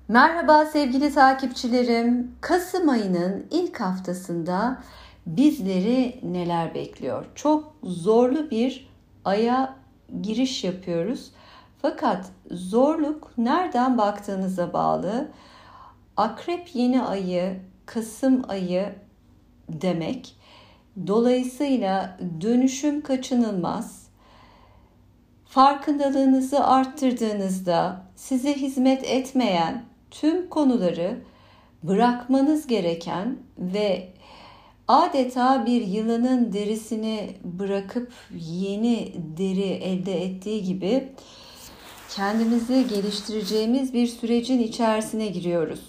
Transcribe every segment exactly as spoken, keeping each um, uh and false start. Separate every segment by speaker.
Speaker 1: Merhaba sevgili takipçilerim. Kasım ayının ilk haftasında bizleri neler bekliyor? Çok zorlu bir aya giriş yapıyoruz. Fakat zorluk nereden baktığınıza bağlı. Akrep yeni ayı, Kasım ayı demek. Dolayısıyla dönüşüm kaçınılmaz. Farkındalığınızı arttırdığınızda size hizmet etmeyen tüm konuları bırakmanız gereken ve adeta bir yılanın derisini bırakıp yeni deri elde ettiği gibi kendimizi geliştireceğimiz bir sürecin içerisine giriyoruz.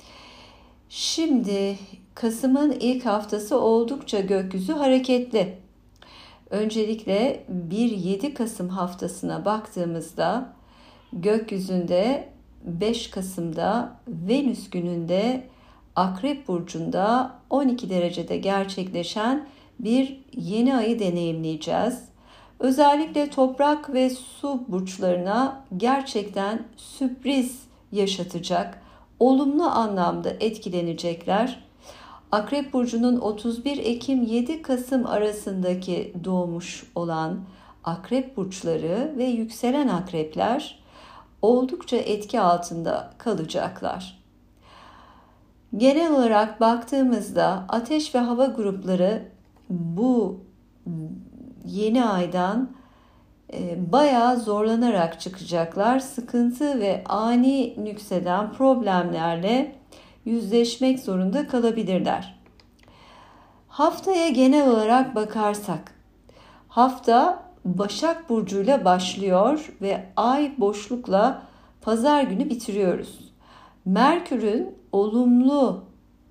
Speaker 1: Şimdi Kasım'ın ilk haftası oldukça gökyüzü hareketli. Öncelikle bir yedi Kasım haftasına baktığımızda gökyüzünde beş Kasım'da Venüs gününde Akrep Burcu'nda on iki derecede gerçekleşen bir yeni ayı deneyimleyeceğiz. Özellikle toprak ve su burçlarına gerçekten sürpriz yaşatacak, olumlu anlamda etkilenecekler. Akrep Burcu'nun otuz bir Ekim yedi Kasım arasındaki doğmuş olan Akrep Burçları ve yükselen akrepler oldukça etki altında kalacaklar. Genel olarak baktığımızda ateş ve hava grupları bu yeni aydan e, bayağı zorlanarak çıkacaklar. Sıkıntı ve ani nükseden problemlerle yüzleşmek zorunda kalabilirler. Haftaya genel olarak bakarsak, hafta Başak Burcu'yla başlıyor ve ay boşlukla pazar günü bitiriyoruz. Merkür'ün olumlu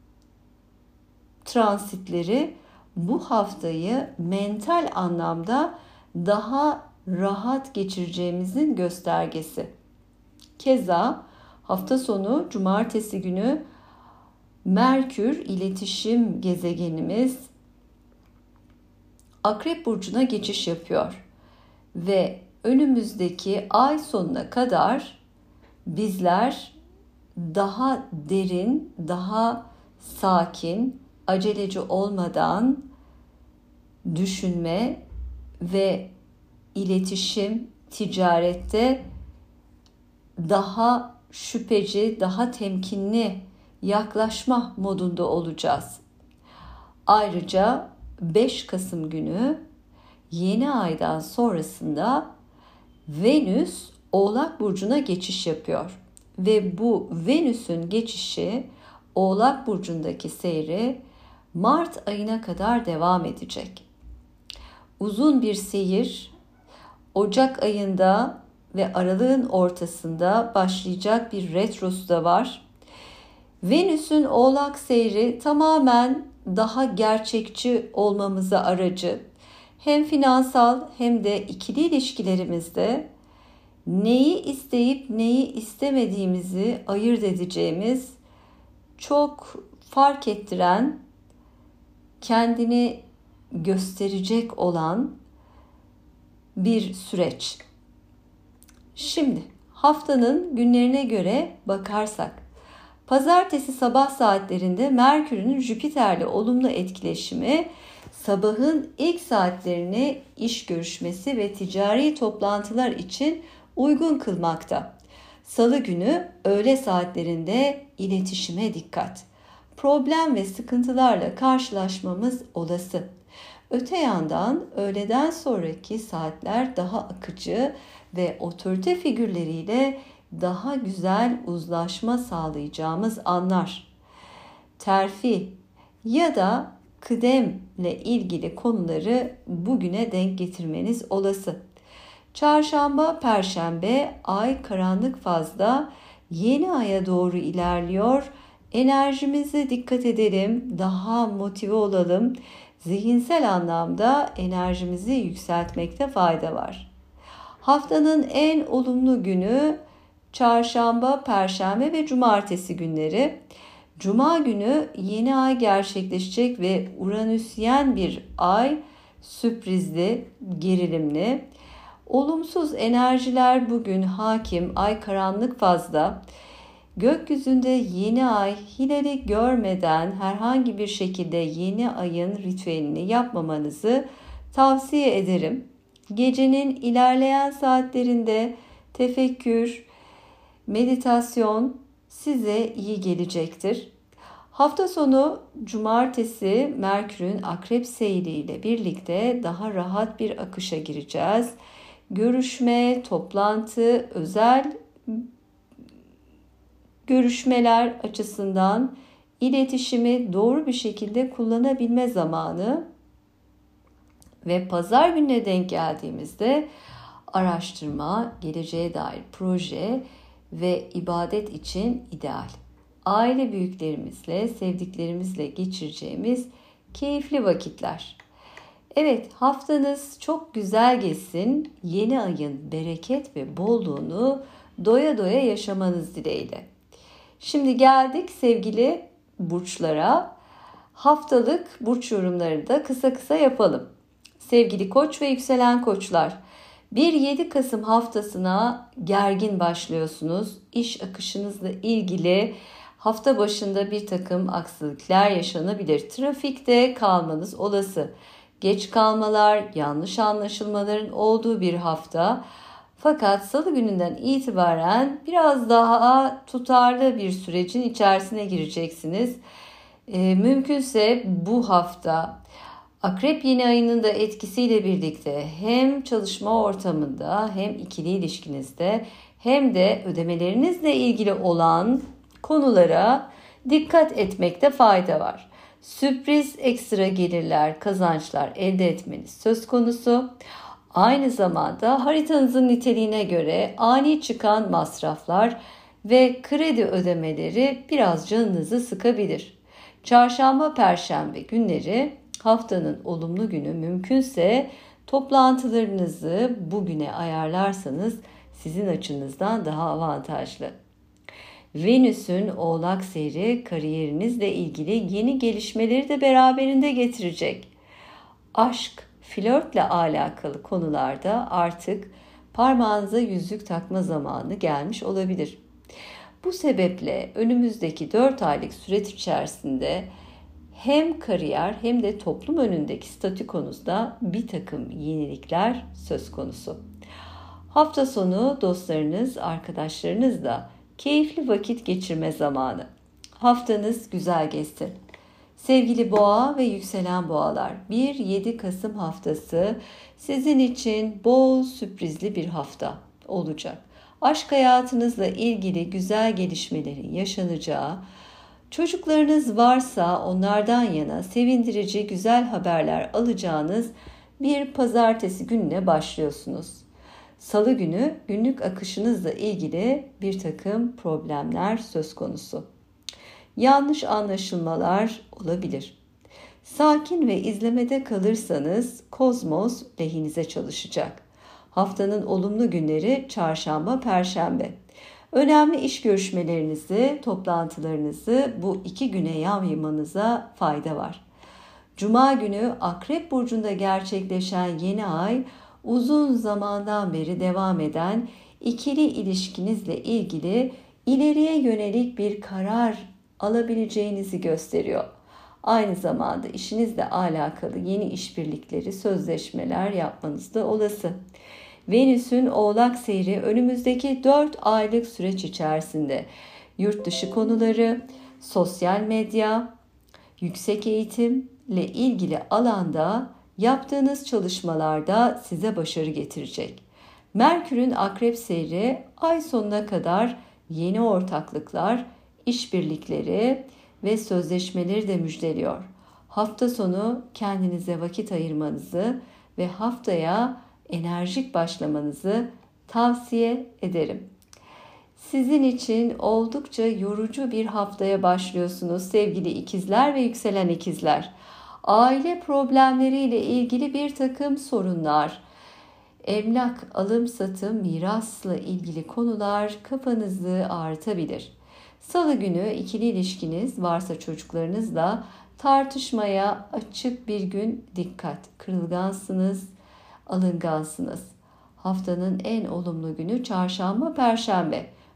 Speaker 1: transitleri bu haftayı mental anlamda daha rahat geçireceğimizin göstergesi. Keza hafta sonu cumartesi günü Merkür iletişim gezegenimiz Akrep Burcu'na geçiş yapıyor ve önümüzdeki ay sonuna kadar bizler daha derin, daha sakin, aceleci olmadan düşünme ve iletişim, ticarette daha şüpheci, daha temkinli yaklaşma modunda olacağız. Ayrıca beş Kasım günü yeni aydan sonrasında Venüs Oğlak Burcu'na geçiş yapıyor. Ve bu Venüs'ün geçişi Oğlak Burcu'ndaki seyri Mart ayına kadar devam edecek. Uzun bir seyir Ocak ayında ve Aralık'ın ortasında başlayacak bir retrosu da var. Venüs'ün Oğlak seyri tamamen daha gerçekçi olmamıza aracı. Hem finansal hem de ikili ilişkilerimizde neyi isteyip neyi istemediğimizi ayırt edeceğimiz, çok fark ettiren, kendini gösterecek olan bir süreç. Şimdi haftanın günlerine göre bakarsak, Pazartesi sabah saatlerinde Merkür'ün Jüpiter'le olumlu etkileşimi sabahın ilk saatlerini iş görüşmesi ve ticari toplantılar için uygun kılmakta. Salı günü öğle saatlerinde iletişime dikkat. Problem ve sıkıntılarla karşılaşmamız olası. Öte yandan öğleden sonraki saatler daha akıcı ve otorite figürleriyle daha güzel uzlaşma sağlayacağımız anlar. Terfi ya da kıdemle ilgili konuları bugüne denk getirmeniz olası. Çarşamba, Perşembe ay karanlık fazda yeni aya doğru ilerliyor. Enerjimize dikkat edelim, daha motive olalım. Zihinsel anlamda enerjimizi yükseltmekte fayda var. Haftanın en olumlu günü Çarşamba, Perşembe ve Cumartesi günleri. Cuma günü yeni ay gerçekleşecek ve Uranüsyen bir ay, sürprizli, gerilimli. Olumsuz enerjiler bugün hakim, ay karanlık fazda. Gökyüzünde yeni ay hilali görmeden herhangi bir şekilde yeni ayın ritüelini yapmamanızı tavsiye ederim. Gecenin ilerleyen saatlerinde tefekkür, meditasyon size iyi gelecektir. Hafta sonu cumartesi Merkür'ün Akrep seyriyle birlikte daha rahat bir akışa gireceğiz. Görüşme, toplantı, özel görüşmeler açısından iletişimi doğru bir şekilde kullanabilme zamanı ve pazar gününe denk geldiğimizde araştırma, geleceğe dair proje ve ibadet için ideal. Aile büyüklerimizle, sevdiklerimizle geçireceğimiz keyifli vakitler. Evet, haftanız çok güzel geçsin. Yeni ayın bereket ve bolluğunu doya doya yaşamanız dileğiyle. Şimdi geldik sevgili burçlara. Haftalık burç yorumları da kısa kısa yapalım. Sevgili Koç ve yükselen Koçlar, bir yedi Kasım haftasına gergin başlıyorsunuz. İş akışınızla ilgili hafta başında bir takım aksilikler yaşanabilir. Trafikte kalmanız olası. Geç kalmalar, yanlış anlaşılmaların olduğu bir hafta. Fakat salı gününden itibaren biraz daha tutarlı bir sürecin içerisine gireceksiniz. E, mümkünse bu hafta Akrep yeni ayının da etkisiyle birlikte hem çalışma ortamında hem ikili ilişkinizde hem de ödemelerinizle ilgili olan konulara dikkat etmekte fayda var. Sürpriz ekstra gelirler, kazançlar elde etmeniz söz konusu. Aynı zamanda haritanızın niteliğine göre ani çıkan masraflar ve kredi ödemeleri biraz canınızı sıkabilir. Çarşamba, Perşembe günleri haftanın olumlu günü, mümkünse toplantılarınızı bugüne ayarlarsanız sizin açınızdan daha avantajlı. Venüs'ün Oğlak seyri kariyerinizle ilgili yeni gelişmeleri de beraberinde getirecek. Aşk, flörtle alakalı konularda artık parmağınıza yüzük takma zamanı gelmiş olabilir. Bu sebeple önümüzdeki dört aylık süreç içerisinde hem kariyer hem de toplum önündeki statükonuzda bir takım yenilikler söz konusu. Hafta sonu dostlarınız, arkadaşlarınızla keyifli vakit geçirme zamanı. Haftanız güzel geçsin. Sevgili Boğa ve yükselen Boğalar, bir yedi Kasım haftası sizin için bol sürprizli bir hafta olacak. Aşk hayatınızla ilgili güzel gelişmelerin yaşanacağı, çocuklarınız varsa onlardan yana sevindirici güzel haberler alacağınız bir pazartesi gününe başlıyorsunuz. Salı günü günlük akışınızla ilgili bir takım problemler söz konusu. Yanlış anlaşılmalar olabilir. Sakin ve izlemede kalırsanız kozmos lehinize çalışacak. Haftanın olumlu günleri çarşamba, perşembe. Önemli iş görüşmelerinizi, toplantılarınızı bu iki güne yaymanıza fayda var. Cuma günü Akrep Burcu'nda gerçekleşen yeni ay, uzun zamandan beri devam eden ikili ilişkinizle ilgili ileriye yönelik bir karar alabileceğinizi gösteriyor. Aynı zamanda işinizle alakalı yeni işbirlikleri, sözleşmeler yapmanız da olası. Venüs'ün Oğlak seyri önümüzdeki dört aylık süreç içerisinde yurt dışı konuları, sosyal medya, yüksek eğitimle ilgili alanda yaptığınız çalışmalarda size başarı getirecek. Merkür'ün Akrep seyri ay sonuna kadar yeni ortaklıklar, işbirlikleri ve sözleşmeleri de müjdeliyor. Hafta sonu kendinize vakit ayırmanızı ve haftaya enerjik başlamanızı tavsiye ederim. Sizin için oldukça yorucu bir haftaya başlıyorsunuz sevgili ikizler ve yükselen ikizler. Aile problemleriyle ilgili bir takım sorunlar, emlak, alım satım, mirasla ilgili konular kafanızı ağrıtabilir. Salı günü ikili ilişkiniz varsa çocuklarınızla tartışmaya açık bir gün, dikkat. Kırılgansınız, alıngansınız. Haftanın en olumlu günü çarşamba, perşembe.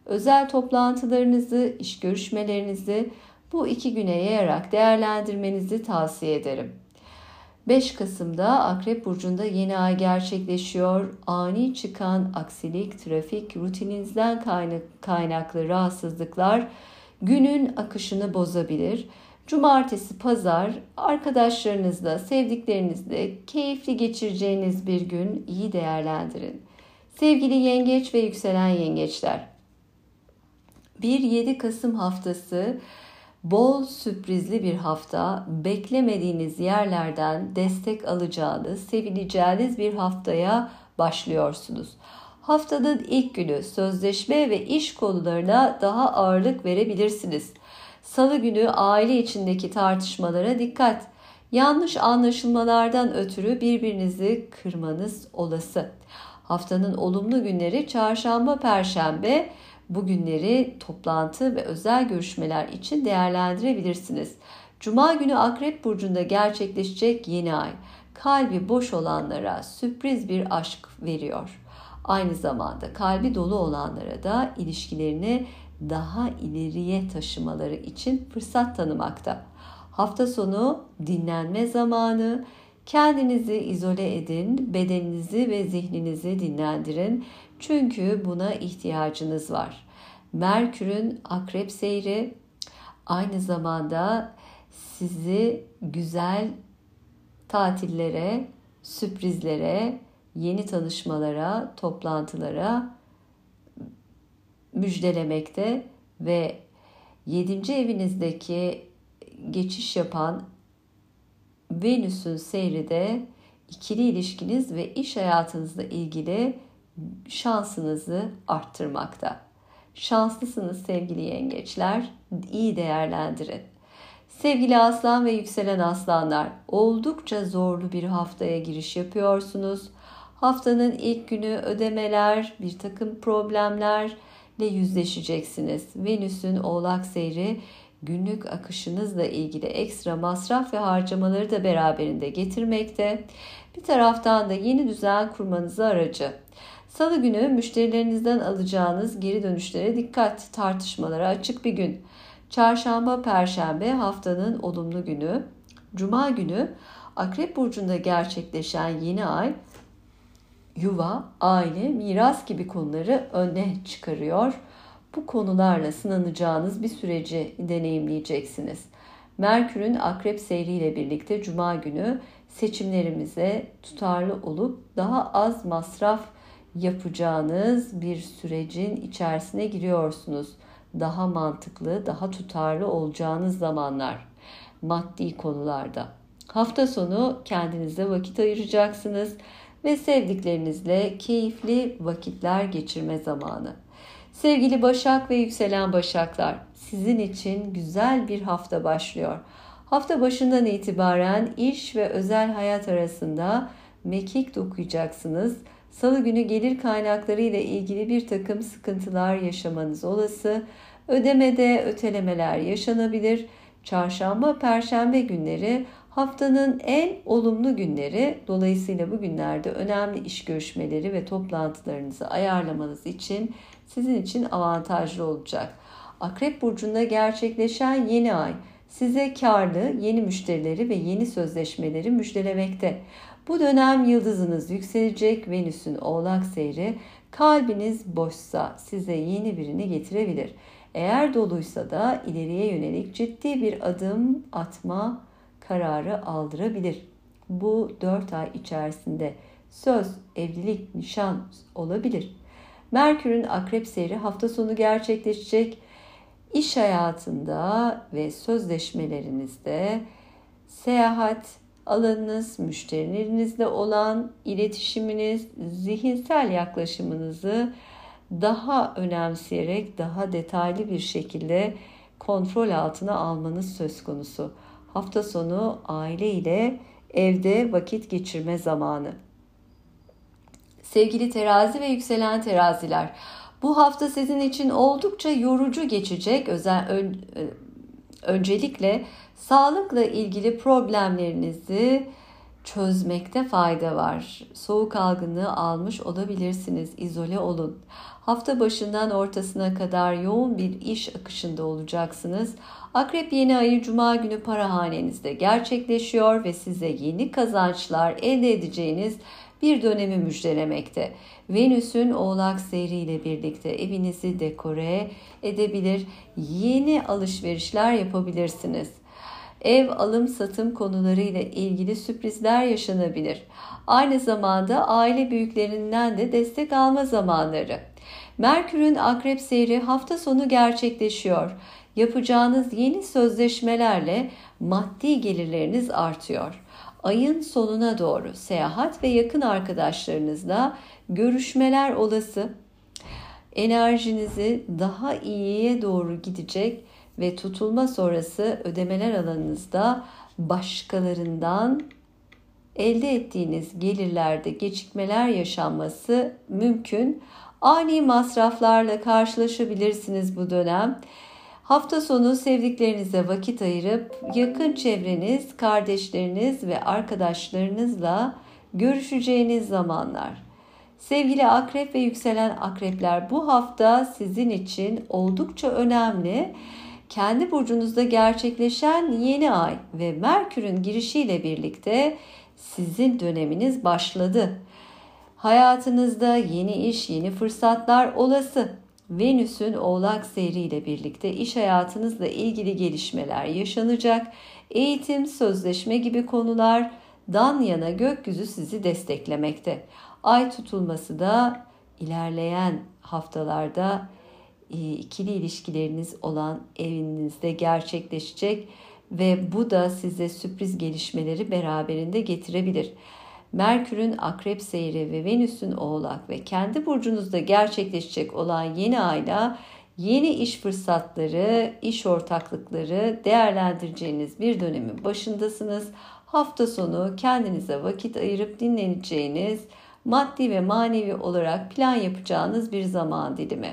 Speaker 1: Özel toplantılarınızı, iş görüşmelerinizi bu iki güne yayarak değerlendirmenizi tavsiye ederim. beş Kasım'da Akrep Burcu'nda yeni ay gerçekleşiyor. Ani çıkan aksilik, trafik, rutininizden kaynaklı rahatsızlıklar günün akışını bozabilir. Cumartesi, pazar arkadaşlarınızla, sevdiklerinizle keyifli geçireceğiniz bir gün, iyi değerlendirin. Sevgili yengeç ve yükselen yengeçler, bir yedi Kasım haftası bol sürprizli bir hafta, beklemediğiniz yerlerden destek alacağınız, sevileceğiniz bir haftaya başlıyorsunuz. Haftanın ilk günü sözleşme ve iş konularına daha ağırlık verebilirsiniz. Salı günü aile içindeki tartışmalara dikkat. Yanlış anlaşılmalardan ötürü birbirinizi kırmanız olası. Haftanın olumlu günleri çarşamba, perşembe. Bu günleri toplantı ve özel görüşmeler için değerlendirebilirsiniz. Cuma günü Akrep Burcu'nda gerçekleşecek yeni ay, kalbi boş olanlara sürpriz bir aşk veriyor. Aynı zamanda kalbi dolu olanlara da ilişkilerini daha ileriye taşımaları için fırsat tanımakta. Hafta sonu dinlenme zamanı. Kendinizi izole edin, bedeninizi ve zihninizi dinlendirin. Çünkü buna ihtiyacınız var. Merkür'ün Akrep seyri aynı zamanda sizi güzel tatillere, sürprizlere, yeni tanışmalara, toplantılara müjdelemekte ve yedinci evinizdeki geçiş yapan Venüs'ün seyri de ikili ilişkiniz ve iş hayatınızla ilgili şansınızı arttırmakta. Şanslısınız sevgili yengeçler, iyi değerlendirin. Sevgili aslan ve yükselen aslanlar, oldukça zorlu bir haftaya giriş yapıyorsunuz. Haftanın ilk günü ödemeler, bir takım problemlerle yüzleşeceksiniz. Venüs'ün Oğlak seyri günlük akışınızla ilgili ekstra masraf ve harcamaları da beraberinde getirmekte. Bir taraftan da yeni düzen kurmanızı aracı. Salı günü müşterilerinizden alacağınız geri dönüşlere dikkat, tartışmalara açık bir gün. Çarşamba, perşembe haftanın olumlu günü. Cuma günü Akrep Burcu'nda gerçekleşen yeni ay, yuva, aile, miras gibi konuları öne çıkarıyor. Bu konularla sınanacağınız bir süreci deneyimleyeceksiniz. Merkür'ün Akrep seyriyle birlikte Cuma günü seçimlerimize tutarlı olup daha az masraf yapacağınız bir sürecin içerisine giriyorsunuz. Daha mantıklı, daha tutarlı olacağınız zamanlar maddi konularda. Hafta sonu kendinize vakit ayıracaksınız ve sevdiklerinizle keyifli vakitler geçirme zamanı. Sevgili Başak ve yükselen Başaklar, sizin için güzel bir hafta başlıyor. Hafta başından itibaren iş ve özel hayat arasında mekik dokuyacaksınız. Salı günü gelir kaynakları ile ilgili bir takım sıkıntılar yaşamanız olası. Ödemede ötelemeler yaşanabilir. Çarşamba, perşembe günleri haftanın en olumlu günleri. Dolayısıyla bu günlerde önemli iş görüşmeleri ve toplantılarınızı ayarlamanız için sizin için avantajlı olacak. Akrep Burcu'nda gerçekleşen yeni ay size karlı yeni müşterileri ve yeni sözleşmeleri müjdelemekte. Bu dönem yıldızınız yükselecek. Venüs'ün Oğlak seyri kalbiniz boşsa size yeni birini getirebilir. Eğer doluysa da ileriye yönelik ciddi bir adım atma kararı aldırabilir. Bu dört ay içerisinde söz, evlilik, nişan olabilir. Merkür'ün Akrep seyri hafta sonu gerçekleşecek. İş hayatında ve sözleşmelerinizde seyahat alanınız, müşterilerinizle olan iletişiminiz, zihinsel yaklaşımınızı daha önemseyerek daha detaylı bir şekilde kontrol altına almanız söz konusu. Hafta sonu aile ile evde vakit geçirme zamanı. Sevgili terazi ve yükselen teraziler, bu hafta sizin için oldukça yorucu geçecek. Özel, ön, öncelikle sağlıkla ilgili problemlerinizi çözmekte fayda var. Soğuk algınlığı almış olabilirsiniz. İzole olun. Hafta başından ortasına kadar yoğun bir iş akışında olacaksınız. Akrep yeni ayı Cuma günü para hanenizde gerçekleşiyor ve size yeni kazançlar elde edeceğiniz bir dönemi müjdelemekte. Venüs'ün Oğlak seyri ile birlikte evinizi dekore edebilir, yeni alışverişler yapabilirsiniz. Ev alım satım konularıyla ilgili sürprizler yaşanabilir. Aynı zamanda aile büyüklerinden de destek alma zamanları. Merkür'ün Akrep seyri hafta sonu gerçekleşiyor. Yapacağınız yeni sözleşmelerle maddi gelirleriniz artıyor. Ayın sonuna doğru seyahat ve yakın arkadaşlarınızla görüşmeler olası. Enerjinizi daha iyiye doğru gidecek ve tutulma sonrası ödemeler alanınızda başkalarından elde ettiğiniz gelirlerde gecikmeler yaşanması mümkün. Ani masraflarla karşılaşabilirsiniz bu dönem. Hafta sonu sevdiklerinize vakit ayırıp yakın çevreniz, kardeşleriniz ve arkadaşlarınızla görüşeceğiniz zamanlar. Sevgili akrep ve yükselen akrepler, bu hafta sizin için oldukça önemli. Kendi burcunuzda gerçekleşen yeni ay ve Merkür'ün girişiyle birlikte sizin döneminiz başladı. Hayatınızda yeni iş, yeni fırsatlar olası. Venüs'ün Oğlak seyri ile birlikte iş hayatınızla ilgili gelişmeler yaşanacak. Eğitim, sözleşme gibi konulardan yana gökyüzü sizi desteklemekte. Ay tutulması da ilerleyen haftalarda ikili ilişkileriniz olan evinizde gerçekleşecek ve bu da size sürpriz gelişmeleri beraberinde getirebilir. Merkür'ün Akrep seyri ve Venüs'ün Oğlak ve kendi burcunuzda gerçekleşecek olan yeni ayla yeni iş fırsatları, iş ortaklıkları değerlendireceğiniz bir dönemin başındasınız. Hafta sonu kendinize vakit ayırıp dinleneceğiniz, maddi ve manevi olarak plan yapacağınız bir zaman dilimi.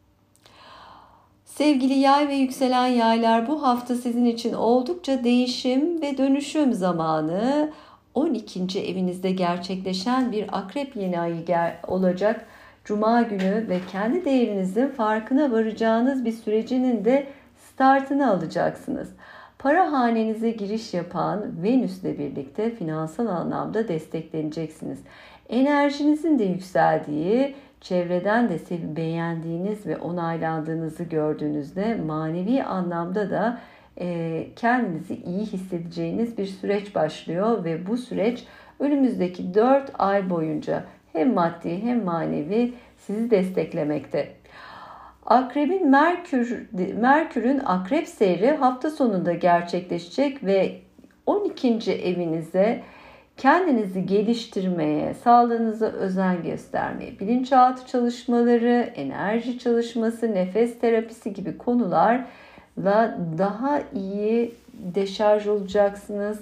Speaker 1: Sevgili yay ve yükselen yaylar, bu hafta sizin için oldukça değişim ve dönüşüm zamanı. on ikinci evinizde gerçekleşen bir akrep yeni ayı olacak. Cuma günü ve kendi değerinizin farkına varacağınız bir sürecinin de startını alacaksınız. Para hanenize giriş yapan Venüs'le birlikte finansal anlamda destekleneceksiniz. Enerjinizin de yükseldiği, çevreden de sevip beğendiğiniz ve onaylandığınızı gördüğünüzde manevi anlamda da e, kendinizi iyi hissedeceğiniz bir süreç başlıyor ve bu süreç önümüzdeki dört ay boyunca hem maddi hem manevi sizi desteklemekte. Akrebin Merkür, Merkür'ün Akrep seyri hafta sonunda gerçekleşecek ve on ikinci evinize kendinizi geliştirmeye, sağlığınıza özen göstermeye, bilinçaltı çalışmaları, enerji çalışması, nefes terapisi gibi konularla daha iyi deşarj olacaksınız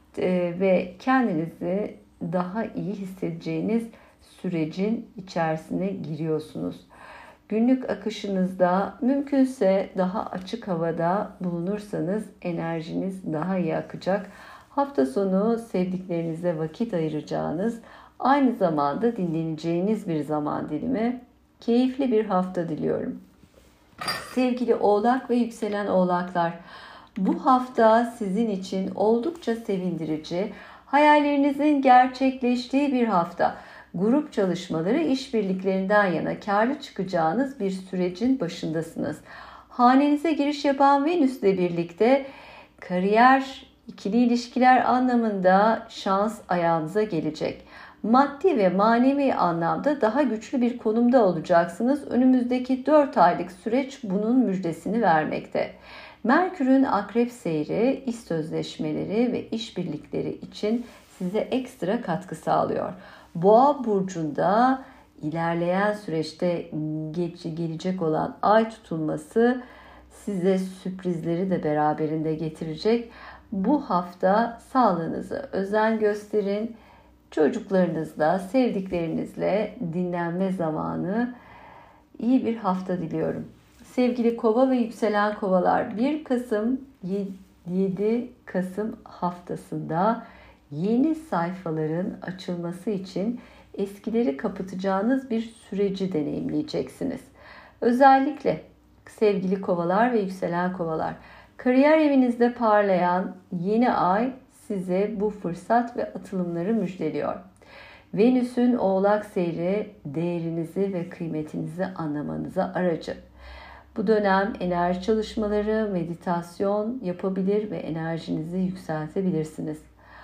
Speaker 1: ve kendinizi daha iyi hissedeceğiniz sürecin içerisine giriyorsunuz. Günlük akışınızda mümkünse daha açık havada bulunursanız enerjiniz daha iyi akacak. Hafta sonu sevdiklerinize vakit ayıracağınız, aynı zamanda dinleneceğiniz bir zaman dilimi. Keyifli bir hafta diliyorum. Sevgili Oğlak ve yükselen Oğlaklar, bu hafta sizin için oldukça sevindirici, hayallerinizin gerçekleştiği bir hafta. Grup çalışmaları, işbirliklerinden yana karlı çıkacağınız bir sürecin başındasınız. Hanenize giriş yapan Venüs'le birlikte kariyer, ikili ilişkiler anlamında şans ayağınıza gelecek. Maddi ve manevi anlamda daha güçlü bir konumda olacaksınız. Önümüzdeki dört aylık süreç bunun müjdesini vermekte. Merkür'ün Akrep seyri, iş sözleşmeleri ve işbirlikleri için size ekstra katkı sağlıyor. Boğa burcunda ilerleyen süreçte gelecek olan ay tutulması size sürprizleri de beraberinde getirecek. Bu hafta sağlığınıza özen gösterin. Çocuklarınızla, sevdiklerinizle dinlenme zamanı. İyi bir hafta diliyorum. Sevgili Kova ve yükselen Kovalar, bir Kasım yedi Kasım haftasında yeni sayfaların açılması için eskileri kapatacağınız bir süreci deneyimleyeceksiniz. Özellikle sevgili kovalar ve yükselen kovalar, kariyer evinizde parlayan yeni ay size bu fırsat ve atılımları müjdeliyor. Venüs'ün Oğlak seyri değerinizi ve kıymetinizi anlamanıza aracı. Bu dönem enerji çalışmaları, meditasyon yapabilir ve enerjinizi yükseltebilirsiniz.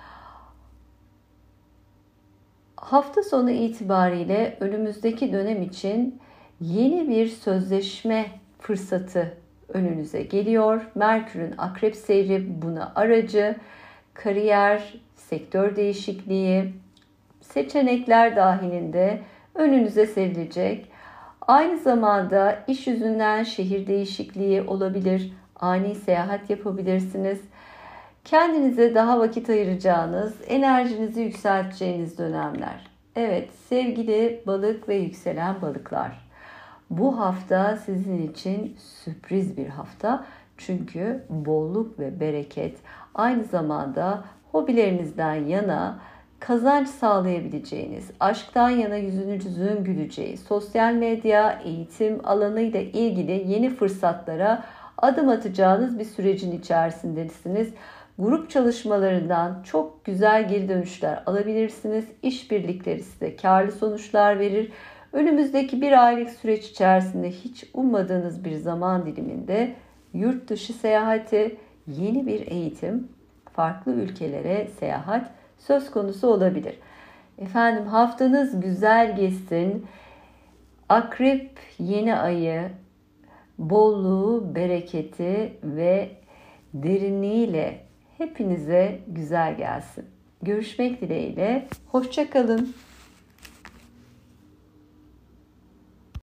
Speaker 1: Hafta sonu itibariyle önümüzdeki dönem için yeni bir sözleşme fırsatı önünüze geliyor. Merkür'ün Akrep seyri buna aracı. Kariyer, sektör değişikliği, seçenekler dahilinde önünüze serilecek. Aynı zamanda iş yüzünden şehir değişikliği olabilir, ani seyahat yapabilirsiniz. Kendinize daha vakit ayıracağınız, enerjinizi yükselteceğiniz dönemler. Evet sevgili balık ve yükselen balıklar. Bu hafta sizin için sürpriz bir hafta. Çünkü bolluk ve bereket, aynı zamanda hobilerinizden yana kazanç sağlayabileceğiniz, aşktan yana yüzünüzün güleceği, sosyal medya, eğitim alanıyla ilgili yeni fırsatlara adım atacağınız bir sürecin içerisindesiniz. Grup çalışmalarından çok güzel geri dönüşler alabilirsiniz. İşbirlikleri size karlı sonuçlar verir. Önümüzdeki bir aylık süreç içerisinde hiç ummadığınız bir zaman diliminde yurt dışı seyahati, yeni bir eğitim, farklı ülkelere seyahat söz konusu olabilir. Efendim haftanız güzel geçsin. Akrep yeni ayı bolluğu, bereketi ve derinliğiyle hepinize güzel gelsin. Görüşmek dileğiyle. Hoşça kalın.